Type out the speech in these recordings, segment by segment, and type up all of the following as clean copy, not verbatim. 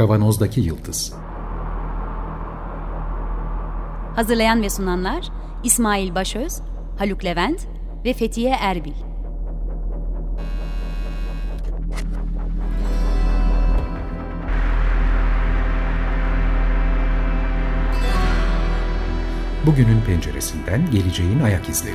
Kavanozdaki Yıldız. Hazırlayan ve sunanlar İsmail Başöz, Haluk Levent ve Fethiye Erbil. Bugünün penceresinden geleceğin ayak izleri.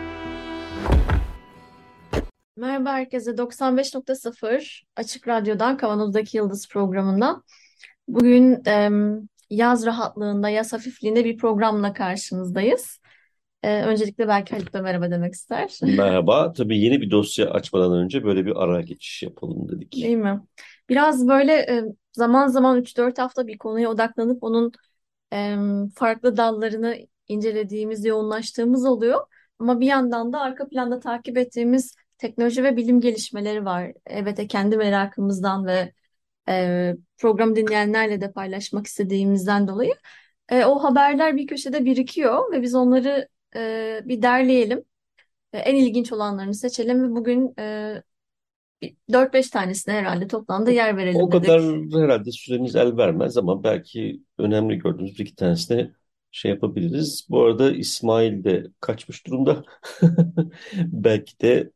Merhaba herkese, 95.0 Açık Radyo'dan Kavanoz'daki Yıldız programından. Bugün yaz rahatlığında, yaz hafifliğinde bir programla karşınızdayız. Öncelikle belki Haluk da merhaba demek ister. Merhaba. Tabii yeni bir dosya açmadan önce böyle bir ara geçiş yapalım dedik. Değil mi? Biraz böyle zaman zaman 3-4 hafta bir konuya odaklanıp onun farklı dallarını incelediğimiz, yoğunlaştığımız oluyor. Ama bir yandan da arka planda takip ettiğimiz teknoloji ve bilim gelişmeleri var. Elbette kendi merakımızdan ve programı dinleyenlerle de paylaşmak istediğimizden dolayı. O haberler bir köşede birikiyor ve biz onları bir derleyelim. En ilginç olanlarını seçelim ve bugün 4-5 tanesine herhalde toplamda yer verelim O dedik. kadar herhalde süremiz el vermez ama belki önemli gördüğümüz bir iki tanesine şey yapabiliriz. Bu arada İsmail de kaçmış durumda. Belki de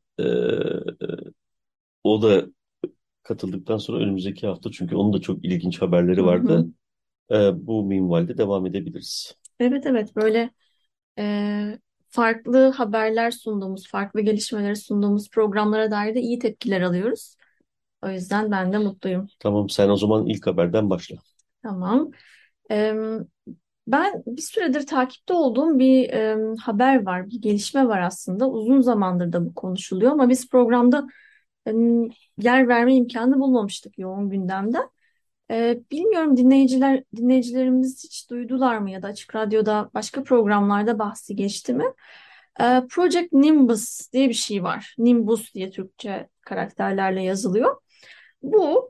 o da katıldıktan sonra önümüzdeki hafta, çünkü onun da çok ilginç haberleri Hı hı. vardı. Bu minvalde devam edebiliriz. Evet, böyle farklı haberler sunduğumuz, farklı gelişmeleri sunduğumuz programlara dair de iyi tepkiler alıyoruz. O yüzden ben de mutluyum. Tamam, sen o zaman ilk haberden başla. Tamam. Ee, Ben bir süredir takipte olduğum bir haber var, bir gelişme var aslında. Uzun zamandır da bu konuşuluyor ama biz programda yer verme imkanı bulmamıştık yoğun gündemde. Bilmiyorum dinleyicilerimiz hiç duydular mı ya da Açık Radyo'da başka programlarda bahsi geçti mi? Project Nimbus diye bir şey var. Nimbus diye Türkçe karakterlerle yazılıyor. Bu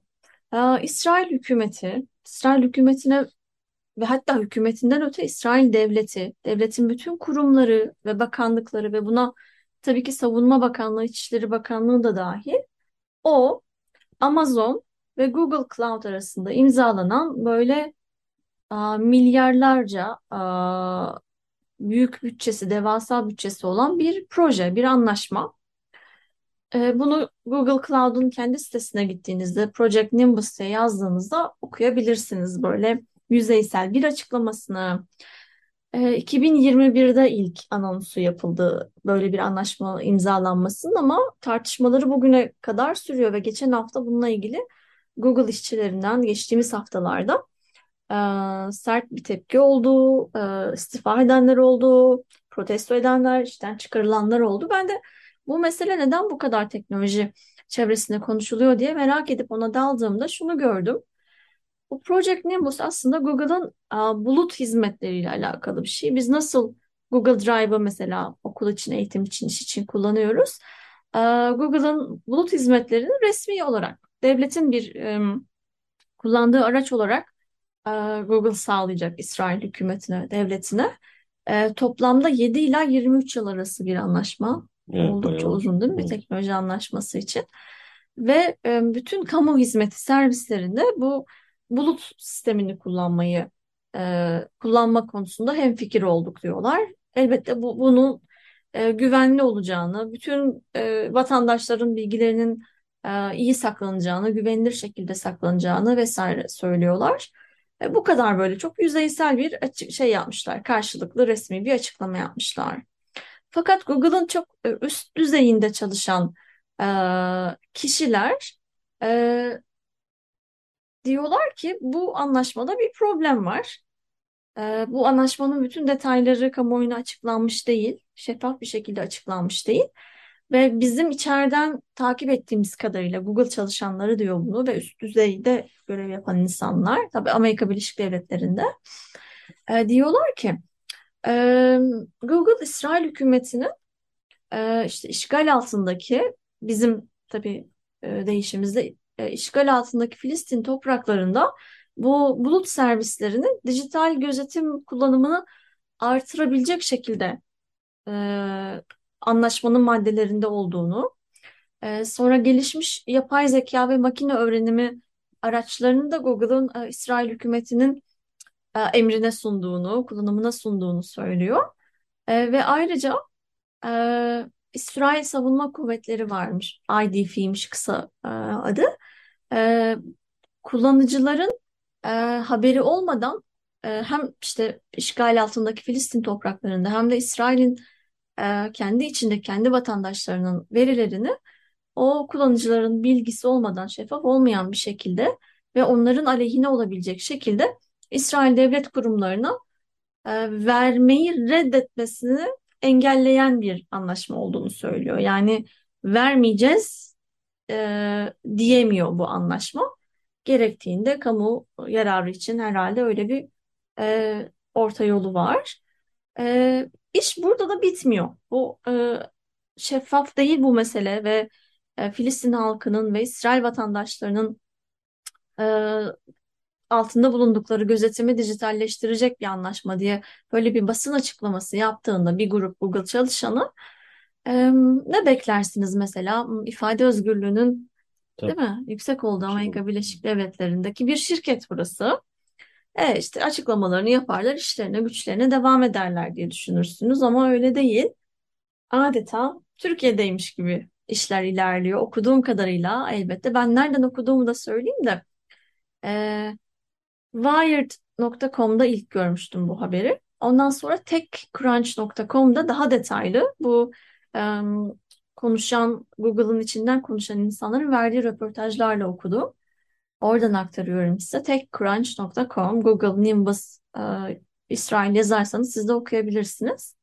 İsrail hükümetine ve hatta hükümetinden öte İsrail devleti, devletin bütün kurumları ve bakanlıkları ve buna tabii ki Savunma Bakanlığı, İçişleri Bakanlığı da dahil, o Amazon ve Google Cloud arasında imzalanan böyle milyarlarca büyük bütçesi, devasa bütçesi olan bir proje, bir anlaşma. Bunu Google Cloud'un kendi sitesine gittiğinizde Project Nimbus diye yazdığınızda okuyabilirsiniz böyle yüzeysel bir açıklamasını. 2021'de ilk anonsu yapıldı böyle bir anlaşma imzalanmasının ama tartışmaları bugüne kadar sürüyor ve geçen hafta bununla ilgili Google işçilerinden geçtiğimiz haftalarda sert bir tepki oldu, istifa edenler oldu, protesto edenler, işten çıkarılanlar oldu. Ben de bu mesele neden bu kadar teknoloji çevresinde konuşuluyor diye merak edip ona daldığımda şunu gördüm. Bu Project Nimbus aslında Google'ın bulut hizmetleriyle alakalı bir şey. Biz nasıl Google Drive'ı mesela okul için, eğitim için, iş için kullanıyoruz. Google'ın bulut hizmetlerini resmi olarak, devletin bir kullandığı araç olarak Google sağlayacak İsrail hükümetine, devletine. Toplamda 7 ila 23 yıl arası bir anlaşma. Evet, Oldukça bayağı. uzun değil mi bir Evet. teknoloji anlaşması için? Ve bütün kamu hizmeti servislerinde bu bulut sistemini kullanma konusunda hemfikir olduk diyorlar. Elbette bunun güvenli olacağını, bütün vatandaşların bilgilerinin iyi saklanacağını, güvenilir şekilde saklanacağını vesaire söylüyorlar. Bu kadar böyle çok yüzeysel bir şey yapmışlar, karşılıklı resmi bir açıklama yapmışlar. Fakat Google'ın çok üst düzeyinde çalışan kişiler e, diyorlar ki bu anlaşmada bir problem var. Bu anlaşmanın bütün detayları kamuoyuna açıklanmış değil, şeffaf bir şekilde açıklanmış değil. Ve bizim içeriden takip ettiğimiz kadarıyla Google çalışanları diyor bunu ve üst düzeyde görev yapan insanlar, tabii Amerika Birleşik Devletleri'nde diyorlar ki e, Google İsrail hükümetinin işte işgal altındaki bizim tabii değişimizde işgal altındaki Filistin topraklarında bu bulut servislerinin dijital gözetim kullanımını artırabilecek şekilde e, anlaşmanın maddelerinde olduğunu, sonra gelişmiş yapay zeka ve makine öğrenimi araçlarını da Google'ın İsrail hükümetinin emrine sunduğunu, kullanımına sunduğunu söylüyor. Ve ayrıca e, İsrail Savunma Kuvvetleri varmış. IDF'ymiş kısa adı. E, Kullanıcıların haberi olmadan hem işte işgal altındaki Filistin topraklarında hem de İsrail'in kendi içinde kendi vatandaşlarının verilerini o kullanıcıların bilgisi olmadan şeffaf olmayan bir şekilde ve onların aleyhine olabilecek şekilde İsrail devlet kurumlarına vermeyi reddetmesini engelleyen bir anlaşma olduğunu söylüyor. Yani vermeyeceğiz diyemiyor bu anlaşma. Gerektiğinde kamu yararı için herhalde öyle bir orta yolu var. İş burada da bitmiyor. Bu şeffaf değil bu mesele ve Filistin halkının ve İsrail vatandaşlarının e, altında bulundukları gözetimi dijitalleştirecek bir anlaşma diye böyle bir basın açıklaması yaptığında bir grup Google çalışanı ne beklersiniz mesela? İfade özgürlüğünün değil Tabii. mi? Yüksek olduğu Şimdi, Amerika Birleşik Devletleri'ndeki bir şirket burası. İşte açıklamalarını yaparlar, işlerine, güçlerine devam ederler diye düşünürsünüz ama öyle değil. Adeta Türkiye'deymiş gibi işler ilerliyor. Okuduğum kadarıyla elbette. Ben nereden okuduğumu da söyleyeyim de. e, Wired.com'da ilk görmüştüm bu haberi. Ondan sonra TechCrunch.com'da daha detaylı bu konuşan, Google'ın içinden konuşan insanların verdiği röportajlarla okudum. Oradan aktarıyorum size. TechCrunch.com, Google Nimbus İsrail yazarsanız siz de okuyabilirsiniz.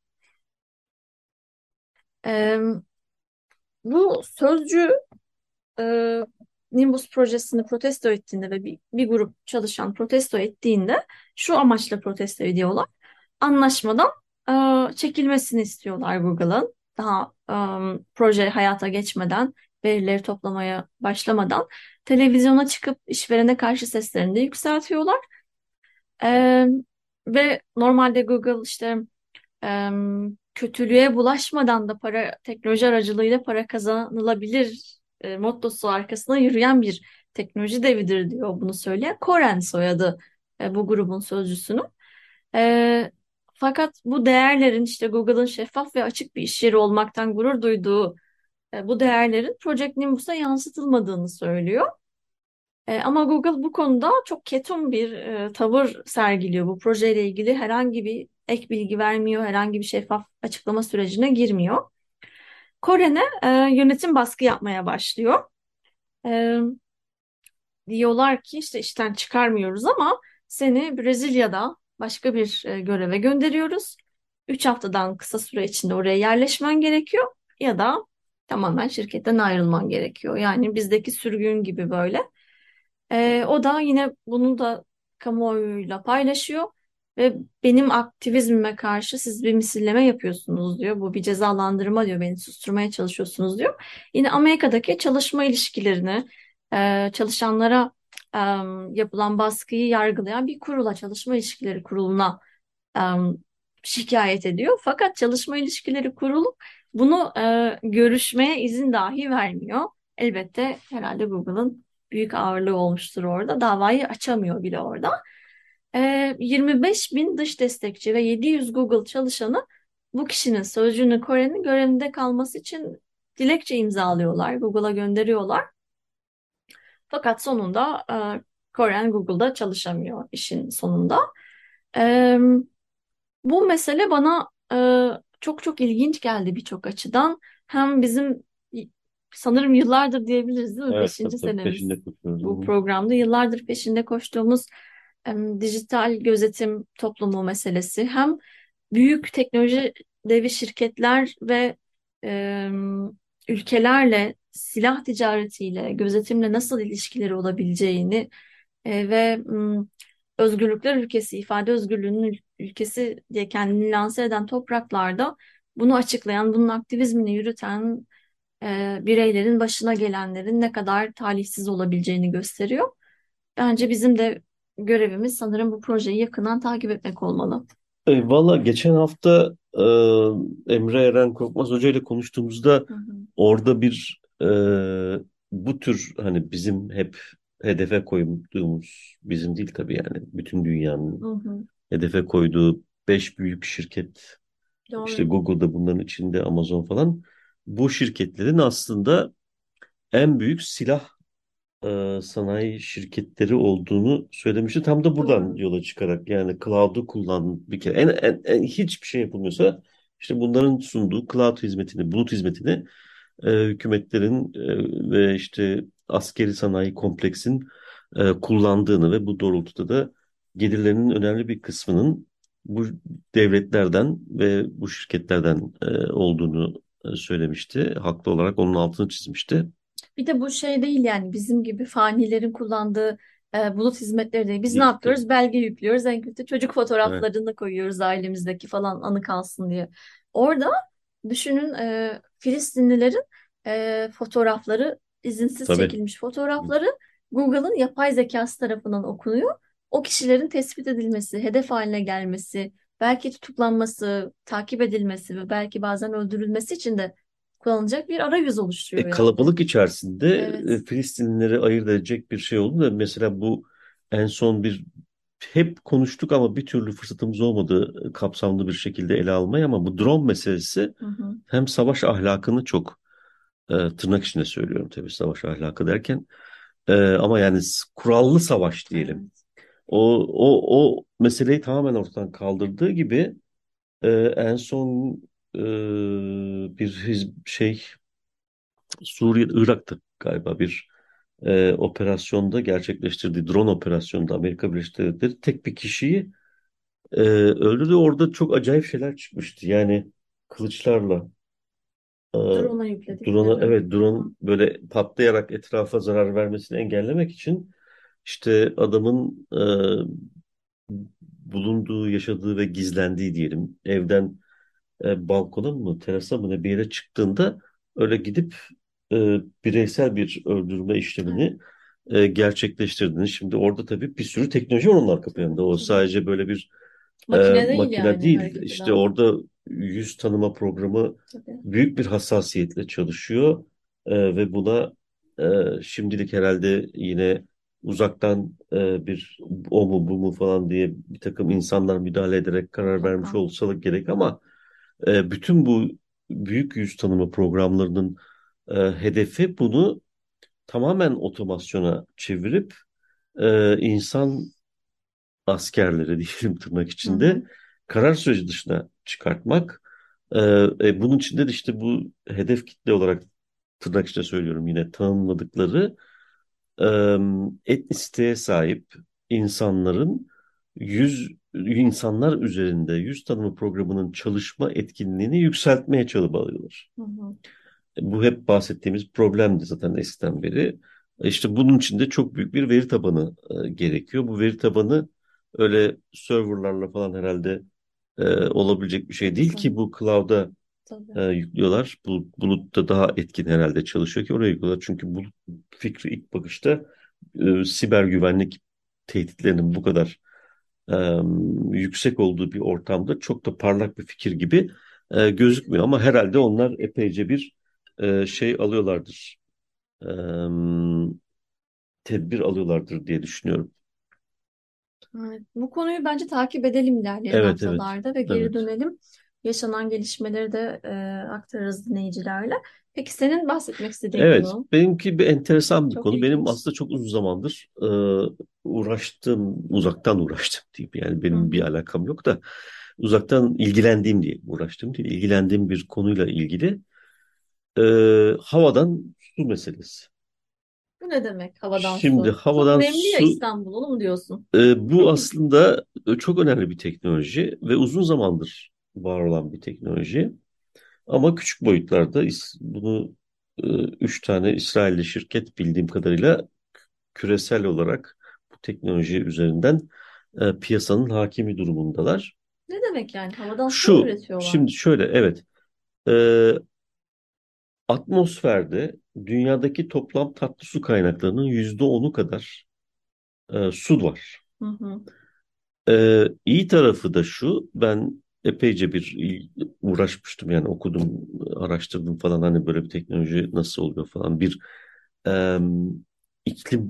E, Bu sözcü e, Nimbus projesini protesto ettiğinde ve bir grup çalışan protesto ettiğinde şu amaçla protesto ediyorlar. Anlaşmadan çekilmesini istiyorlar Google'ın. Daha proje hayata geçmeden, verileri toplamaya başlamadan televizyona çıkıp işverene karşı seslerini de yükseltiyorlar. E, Ve normalde Google işte kötülüğe bulaşmadan da teknoloji aracılığıyla para kazanılabilir mottosu arkasına yürüyen bir teknoloji devidir diyor bunu söyleyen. Koren soyadı bu grubun sözcüsünün. E, Fakat bu değerlerin işte Google'ın şeffaf ve açık bir iş yeri olmaktan gurur duyduğu bu değerlerin Project Nimbus'a yansıtılmadığını söylüyor. Ama Google bu konuda çok ketum bir tavır sergiliyor. Bu projeyle ilgili herhangi bir ek bilgi vermiyor, herhangi bir şeffaf açıklama sürecine girmiyor. Kore'ne yönetim baskı yapmaya başlıyor. E, Diyorlar ki işte işten çıkarmıyoruz ama seni Brezilya'da başka bir göreve gönderiyoruz. 3 haftadan kısa süre içinde oraya yerleşmen gerekiyor ya da tamamen şirketten ayrılman gerekiyor. Yani bizdeki sürgün gibi böyle. O da yine bunu da kamuoyuyla paylaşıyor ve benim aktivizmime karşı siz bir misilleme yapıyorsunuz diyor. Bu bir cezalandırma diyor. Beni susturmaya çalışıyorsunuz diyor. Yine Amerika'daki çalışma ilişkilerini çalışanlara e, yapılan baskıyı yargılayan bir kurula, Çalışma İlişkileri Kurulu'na e, şikayet ediyor. Fakat Çalışma İlişkileri Kurulu bunu görüşmeye izin dahi vermiyor. Elbette herhalde Google'ın büyük ağırlığı olmuştur orada. Davayı açamıyor bile orada. 25 bin dış destekçi ve 700 Google çalışanı bu kişinin sözcüğünü Kore'nin görevinde kalması için dilekçe imzalıyorlar. Google'a gönderiyorlar. Fakat sonunda Koren Google'da çalışamıyor işin sonunda. E, Bu mesele bana çok çok ilginç geldi birçok açıdan. Hem bizim sanırım yıllardır diyebiliriz değil mi? evet, Beşinci tabii tabii senemiz peşinde koşuyoruz. bu Hı programda. Yıllardır peşinde koştuğumuz dijital gözetim toplumu meselesi. Hem büyük teknoloji devi şirketler ve ülkelerle silah ticaretiyle, gözetimle nasıl ilişkileri olabileceğini ve özgürlükler ülkesi, ifade özgürlüğünün ülkesi diye kendini lanse eden topraklarda bunu açıklayan, bunun aktivizmini yürüten bireylerin başına gelenlerin ne kadar talihsiz olabileceğini gösteriyor. Bence bizim de görevimiz sanırım bu projeyi yakından takip etmek olmalı. Valla geçen hafta Emre Eren Korkmaz Hoca ile konuştuğumuzda Hı hı. orada bir bu tür hani bizim hep hedefe koyduğumuz, bizim değil tabii, yani bütün Hı dünyanın hı. hedefe koyduğu 5 büyük şirket, işte Doğru. Google'da bunların içinde, Amazon falan, bu şirketlerin aslında en büyük silah sanayi şirketleri olduğunu söylemişti. Tam da buradan Doğru. yola çıkarak, yani cloud'u kullan bir kere. Hiçbir şey yapılmıyorsa işte bunların sunduğu cloud hizmetini, bulut hizmetini hükümetlerin ve işte askeri sanayi kompleksin kullandığını ve bu doğrultuda da gelirlerinin önemli bir kısmının bu devletlerden ve bu şirketlerden olduğunu söylemişti. Haklı olarak onun altını çizmişti. Bir de bu şey değil yani bizim gibi fanilerin kullandığı bulut hizmetleri değil. Biz ne Değil tabii. yapıyoruz? Belge yüklüyoruz. En kötü çocuk Evet, fotoğraflarını koyuyoruz ailemizdeki falan anı kalsın diye. Orada düşünün Filistinlilerin fotoğrafları, izinsiz tabii. çekilmiş fotoğrafları Google'ın yapay zekası tarafından okunuyor. O kişilerin tespit edilmesi, hedef haline gelmesi, belki tutuklanması, takip edilmesi ve belki bazen öldürülmesi için de kullanılacak bir arayüz oluşturuyor yani. Kalabalık içerisinde Evet. Filistinlileri ayırt edecek bir şey oldu da, mesela bu en son bir, hep konuştuk ama bir türlü fırsatımız olmadı kapsamlı bir şekilde ele almaya, ama bu drone meselesi Hı hı. hem savaş ahlakını çok, tırnak içinde söylüyorum tabii savaş ahlakı derken, ama yani kurallı savaş diyelim. Evet. O meseleyi tamamen ortadan kaldırdığı gibi, en son e, bir Suriye, Irak'ta galiba bir operasyonda gerçekleştirdiği drone operasyonunda Amerika Birleşik Devletleri tek bir kişiyi öldürdü. Orada çok acayip şeyler çıkmıştı. Yani kılıçlarla e, Drone'a yükledikleri. Hı drone hı. böyle patlayarak etrafa zarar vermesini engellemek için, işte adamın bulunduğu, yaşadığı ve gizlendiği diyelim evden balkona mı, terasa mı ne bir yere çıktığında, öyle gidip bireysel bir öldürme Evet. işlemini gerçekleştirdiğini. Şimdi orada tabii bir sürü teknoloji var onun arka planında. O Tabii. sadece böyle bir Makine değil makine yani değil. hareket İşte eden. orada yüz tanıma programı Tabii. büyük bir hassasiyetle çalışıyor. Ve buna şimdilik herhalde yine uzaktan bir o mu bu mu falan diye bir takım insanlar müdahale ederek karar vermiş Mutlaka. olsa gerek, ama bütün bu büyük yüz tanıma programlarının hedefi bunu tamamen otomasyona çevirip insan askerleri diyelim tırnak Hı içinde hı. karar süreci dışına çıkartmak. E, Bunun içinde de işte bu hedef kitle olarak, tırnak içinde söylüyorum yine, tanımladıkları etnisiteye sahip insanların insanlar üzerinde yüz tanıma programının çalışma etkinliğini yükseltmeye çabalıyorlar. Hı hı. Bu hep bahsettiğimiz problemdi zaten eskiden beri. İşte bunun için de çok büyük bir veri tabanı gerekiyor. Bu veri tabanı öyle serverlarla falan herhalde olabilecek bir şey değil Mümkün. ki, bu cloud'a Tabii. yüklüyorlar. Bulutta daha etkin herhalde çalışıyor ki oraya yüklüyorlar. Çünkü bulut fikri ilk bakışta siber güvenlik tehditlerinin bu kadar e, yüksek olduğu bir ortamda çok da parlak bir fikir gibi gözükmüyor. Ama herhalde onlar epeyce bir şey alıyorlardır. E, Tedbir alıyorlardır diye düşünüyorum. Evet. Bu konuyu bence takip edelim ilerleyen Evet, evet, haftalarda ve geri evet. dönelim. Yaşanan gelişmeleri de aktarırız dinleyicilerle. Peki senin bahsetmek istediğin Evet, konu benimki bir enteresan bir çok konu. Benim ilginç. aslında çok uzun zamandır uğraştığım, uzaktan uğraştım diyeyim. Yani Hı benim bir hı. alakam yok da, uzaktan ilgilendiğim diye, uğraştığım değil, ilgilendiğim bir konuyla ilgili e, havadan su meselesi. Bu ne demek havadan Şimdi su? Çok havadan nemli ya su, İstanbul, onu mu diyorsun? bu aslında çok önemli bir teknoloji ve uzun zamandır var olan bir teknoloji. Ama küçük boyutlarda, bunu 3 tane İsrailli şirket bildiğim kadarıyla küresel olarak bu teknoloji üzerinden piyasanın hakimi durumundalar. Ne demek yani? Havadan su mu Şimdi üretiyorlar? şöyle, evet, e, atmosferde dünyadaki toplam tatlı su kaynaklarının %10'u kadar su var. Hı hı. İyi tarafı da şu: ben epeyce bir uğraşmıştım, yani okudum, araştırdım falan, hani böyle bir teknoloji nasıl oluyor falan, bir e, iklim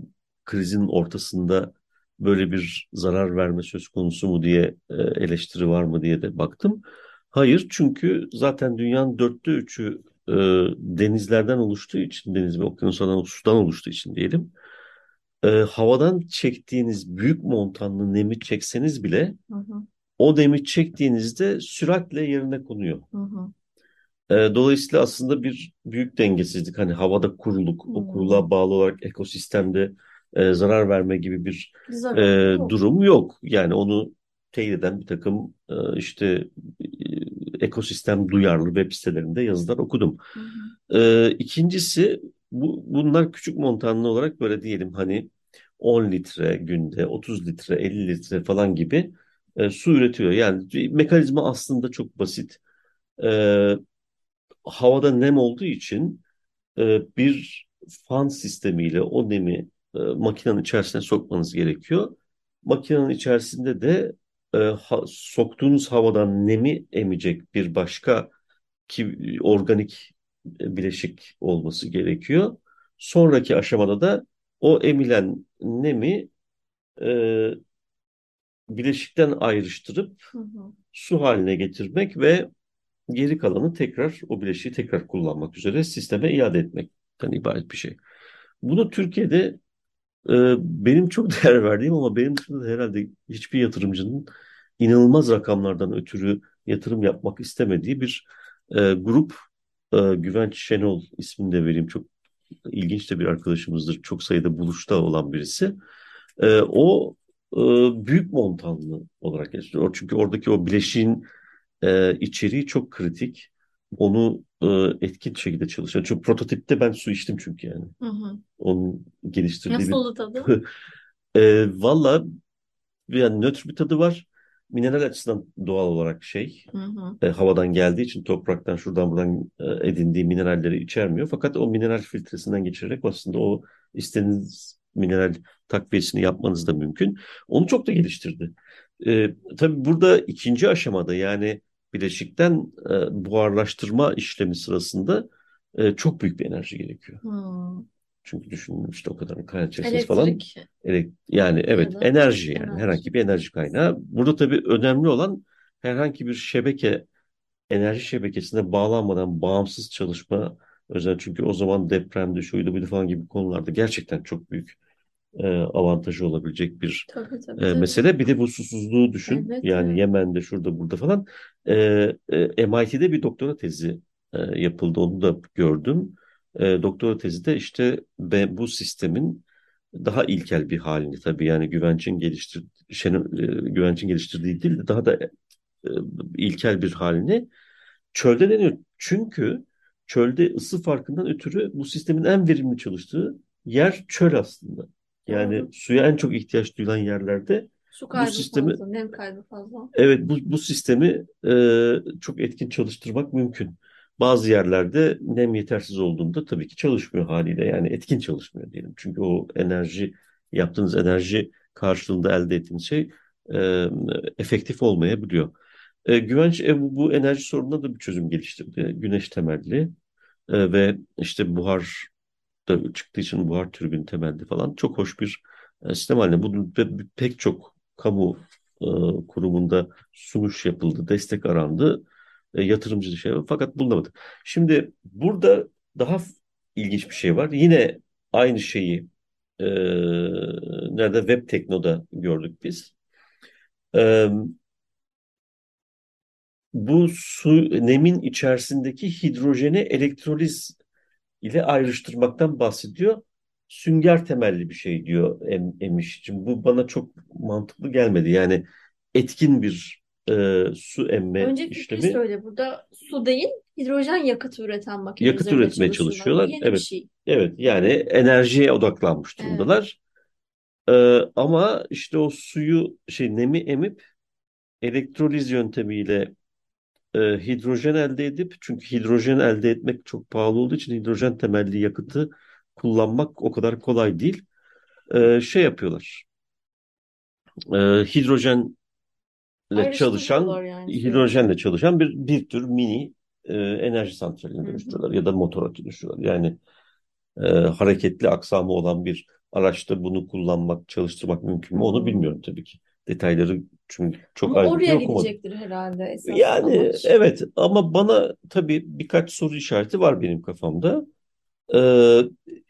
krizin ortasında böyle bir zarar verme söz konusu mu diye eleştiri var mı diye de baktım. Hayır, çünkü zaten dünyanın dörtte üçü denizlerden oluştuğu için, deniz ve okyanuslardan, sudan oluştuğu için diyelim. Havadan çektiğiniz büyük montanlı nemi çekseniz bile Hı hı. o nemi çektiğinizde süratle yerine konuyor. Hı hı. Dolayısıyla aslında bir büyük dengesizlik, hani havada kuruluk, o Hmm. kuruluğa bağlı olarak ekosistemde zarar verme gibi bir Bir zararı yok. durum yok. Yani onu teyit eden bir takım işte ekosistem duyarlı web sitelerinde yazılar okudum. Hı hı. İkincisi, bunlar küçük montanlı olarak böyle diyelim hani 10 litre günde, 30 litre, 50 litre falan gibi su üretiyor. Yani mekanizma aslında çok basit. E, Havada nem olduğu için bir fan sistemiyle o nemi makinenin içerisine sokmanız gerekiyor. Makinenin içerisinde de soktuğunuz havadan nemi emecek bir başka organik bileşik olması gerekiyor. Sonraki aşamada da o emilen nemi e, bileşikten ayrıştırıp Hı hı. su haline getirmek ve geri kalanı tekrar, o bileşiği tekrar kullanmak üzere sisteme iade etmekten ibaret bir şey. Bunu Türkiye'de benim çok değer verdiğim ama benim dışında da herhalde hiçbir yatırımcının inanılmaz rakamlardan ötürü yatırım yapmak istemediği bir grup, Güvenç Şenol ismini de vereyim. Çok ilginç de bir arkadaşımızdır. Çok sayıda buluşta olan birisi. O büyük montanlı olarak geçiyor. Çünkü oradaki o bileşiğin içeriği çok kritik. Onu etkin şekilde çalışıyor. Çünkü prototipte ben su içtim çünkü yani. Hı hı. Onun geliştirdiği bir Nasıldı tadı? valla yani nötr bir tadı var. Mineral açısından doğal olarak Hı hı. havadan geldiği için topraktan şuradan buradan edindiği mineralleri içermiyor. Fakat o mineral filtresinden geçirerek aslında o istediğiniz mineral takviyesini yapmanız da mümkün. Onu çok da geliştirdi. Tabii burada ikinci aşamada, yani bileşikten buharlaştırma işlemi sırasında çok büyük bir enerji gerekiyor. Hı. Çünkü düşünün işte o kadar kaya içerisiniz falan. Elektrik Yani ya evet, da enerji, yani enerji. herhangi bir enerji kaynağı. Burada tabii önemli olan herhangi bir enerji şebekesine bağlanmadan bağımsız çalışma. Özel, çünkü o zaman depremde şuydu buydu falan gibi konularda gerçekten çok büyük avantajı olabilecek bir Tabii tabii tabii. mesele. Bir de bu susuzluğu düşün. Evet, Yani evet. Yemen'de şurada burada falan. MIT'de bir doktora tezi yapıldı. Onu da gördüm. Doktora tezi de işte bu sistemin daha ilkel bir halini, tabii yani Güvenç'in geliştirdiği değil de daha da e, ilkel bir halini çölde deniyor. Çünkü çölde ısı farkından ötürü bu sistemin en verimli çalıştığı yer çöl aslında. Yani Doğru. suya en çok ihtiyaç duyulan yerlerde Su bu kaybı sistemi, fazla, nem kaybı fazla. evet, bu sistemi çok etkin çalıştırmak mümkün. Bazı yerlerde nem yetersiz olduğunda tabii ki çalışmıyor haliyle, yani etkin çalışmıyor diyelim. Çünkü o yaptığınız enerji karşılığında elde ettiğiniz şey efektif olmayabiliyor. Güvenç bu enerji sorununa da bir çözüm geliştirdi. Güneş temelli ve işte buhar da çıktığı için buhar türbin temelli falan, çok hoş bir sistem haline. Bunun pek çok kamu e, kurumunda sunuş yapıldı, destek arandı, yatırımcı şey var, fakat bulunamadı. Şimdi burada daha ilginç bir şey var. Yine aynı şeyi e, nerede? Web Tekno'da gördük biz. E, Bu nemin içerisindeki hidrojeni elektroliz ile ayrıştırmaktan bahsediyor. Sünger temelli bir şey diyor emiş için. Bu bana çok mantıklı gelmedi. Yani etkin bir su emme Öncelikle bir işlemi, söyle. Burada su değil, hidrojen yakıtı üreten makine yakıt üzerinde üretmeye çalışıyorlar. Bu çalışıyorlar. yeni bir Evet, şey. evet, yani enerjiye odaklanmış Evet. durumdalar. Ama işte o nemi emip elektroliz yöntemiyle hidrojen elde edip, çünkü hidrojen elde etmek çok pahalı olduğu için hidrojen temelli yakıtı kullanmak o kadar kolay değil. Yapıyorlar. Hidrojenle Ayrıştırıyorlar yani sürekli. hidrojenle çalışan bir tür mini enerji santraline Hı hı. dönüştürüyorlar ya da motora dönüştürüyorlar. Yani hareketli aksamı olan bir araçta bunu kullanmak, çalıştırmak mümkün mü onu bilmiyorum tabii ki. Detayları çünkü çok Ama ayrıntılı oraya okumadım. gidecektir herhalde esas Yani amaç. evet, ama bana tabii birkaç soru işareti var benim kafamda. Ee,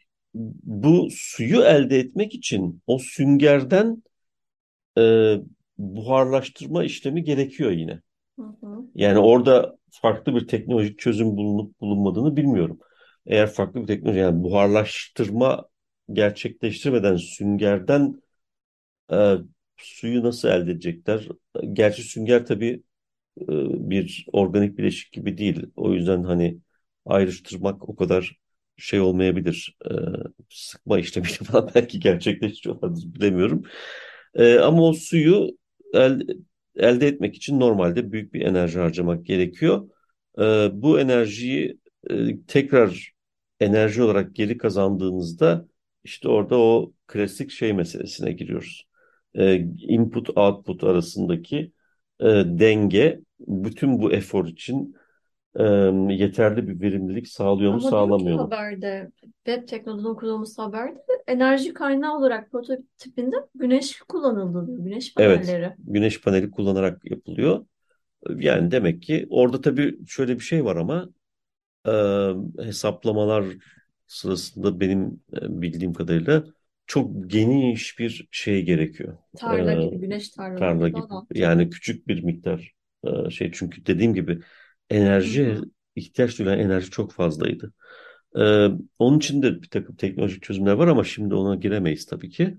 Bu suyu elde etmek için o süngerden e, buharlaştırma işlemi gerekiyor yine. Hı hı. Yani orada farklı bir teknolojik çözüm bulunup bulunmadığını bilmiyorum. Eğer farklı bir teknoloji, yani buharlaştırma gerçekleştirmeden süngerden e, suyu nasıl elde edecekler? Gerçi sünger tabii bir organik bileşik gibi değil. O yüzden hani ayrıştırmak o kadar şey olmayabilir. Sıkma işlemiyle falan belki gerçekleştiriyorlardır, bilemiyorum. Ama o suyu el- elde etmek için normalde büyük bir enerji harcamak gerekiyor. Bu enerjiyi tekrar enerji olarak geri kazandığınızda işte orada o klasik şey meselesine giriyoruz. Input output arasındaki denge bütün bu efor için e, yeterli bir verimlilik sağlıyor mu, Ama diyor ki sağlamıyor mu? haberde, Web Tekno'dan okuduğumuz haberde enerji kaynağı olarak prototipinde güneş kullanıldı diyor. Güneş Evet, panelleri. güneş paneli kullanarak yapılıyor. Yani demek ki orada tabii şöyle bir şey var ama hesaplamalar sırasında benim bildiğim kadarıyla çok geniş bir şey gerekiyor. Tarla gibi, güneş tarlaları Tarla gibi gibi. anlattı. Yani küçük bir miktar şey, çünkü dediğim gibi Hı enerji, hı. ihtiyaç duyulan enerji çok fazlaydı. Onun için de bir takım teknolojik çözümler var ama şimdi ona giremeyiz tabii ki.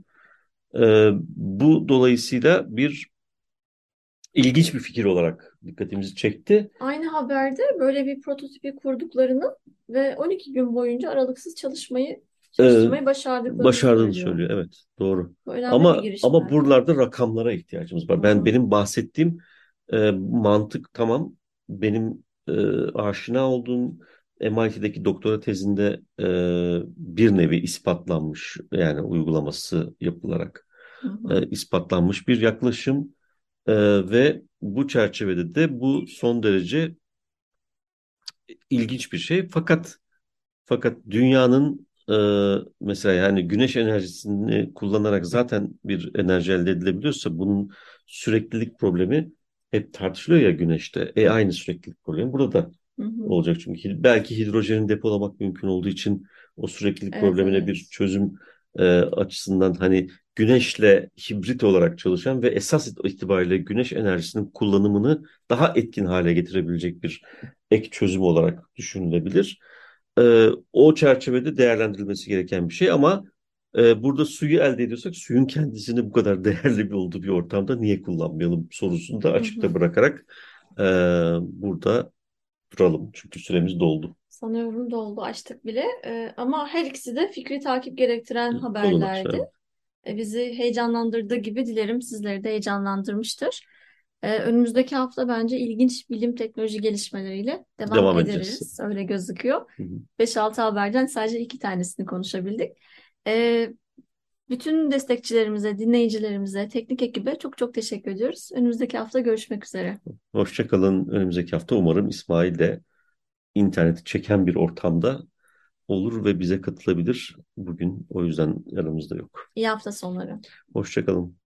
Bu dolayısıyla ilginç bir fikir olarak dikkatimizi çekti. Aynı haberde böyle bir prototipi kurduklarını ve 12 gün boyunca aralıksız Ee, çalıştırmayı başardıklarını Başardığını söylüyor. söylüyor, evet, doğru. Bu önemli bir Ama gelişme. buralarda rakamlara ihtiyacımız Hı var. hı. Benim bahsettiğim mantık tamam, benim aşina olduğum MIT'deki doktora tezinde bir nevi ispatlanmış, yani uygulaması yapılarak Hı hı. ispatlanmış bir yaklaşım. E, Ve bu çerçevede de bu son derece ilginç bir şey. Fakat dünyanın mesela yani güneş enerjisini kullanarak zaten bir enerji elde edilebiliyorsa bunun süreklilik problemi hep tartışılıyor ya güneşte. Aynı süreklilik problemi burada da Hı hı. olacak çünkü belki hidrojeni depolamak mümkün olduğu için o süreklilik Evet, problemine bir evet. çözüm açısından hani güneşle hibrit olarak çalışan ve esas itibariyle güneş enerjisinin kullanımını daha etkin hale getirebilecek bir ek çözüm olarak düşünülebilir. O çerçevede değerlendirilmesi gereken bir şey ama burada suyu elde ediyorsak suyun kendisini bu kadar değerli bir olduğu bir ortamda niye kullanmayalım sorusunu da Hı açıkta hı. bırakarak burada duralım. Çünkü süremiz doldu. Sanıyorum doldu, açtık bile. Ama her ikisi de fikri takip gerektiren Konular. haberlerdi. Evet. Bizi heyecanlandırdığı gibi dilerim sizleri de heyecanlandırmıştır. Önümüzdeki hafta bence ilginç bilim teknoloji gelişmeleriyle devam Devam edeceğiz. ederiz. Öyle gözüküyor. Hı hı. 5-6 haberden sadece 2 tanesini konuşabildik. Ee, Bütün destekçilerimize, dinleyicilerimize, teknik ekibe çok çok teşekkür ediyoruz. Önümüzdeki hafta görüşmek üzere. Hoşça kalın. Önümüzdeki hafta umarım İsmail de interneti çeken bir ortamda olur ve bize katılabilir. Bugün o yüzden yanımızda yok. İyi hafta sonları. Hoşça kalın.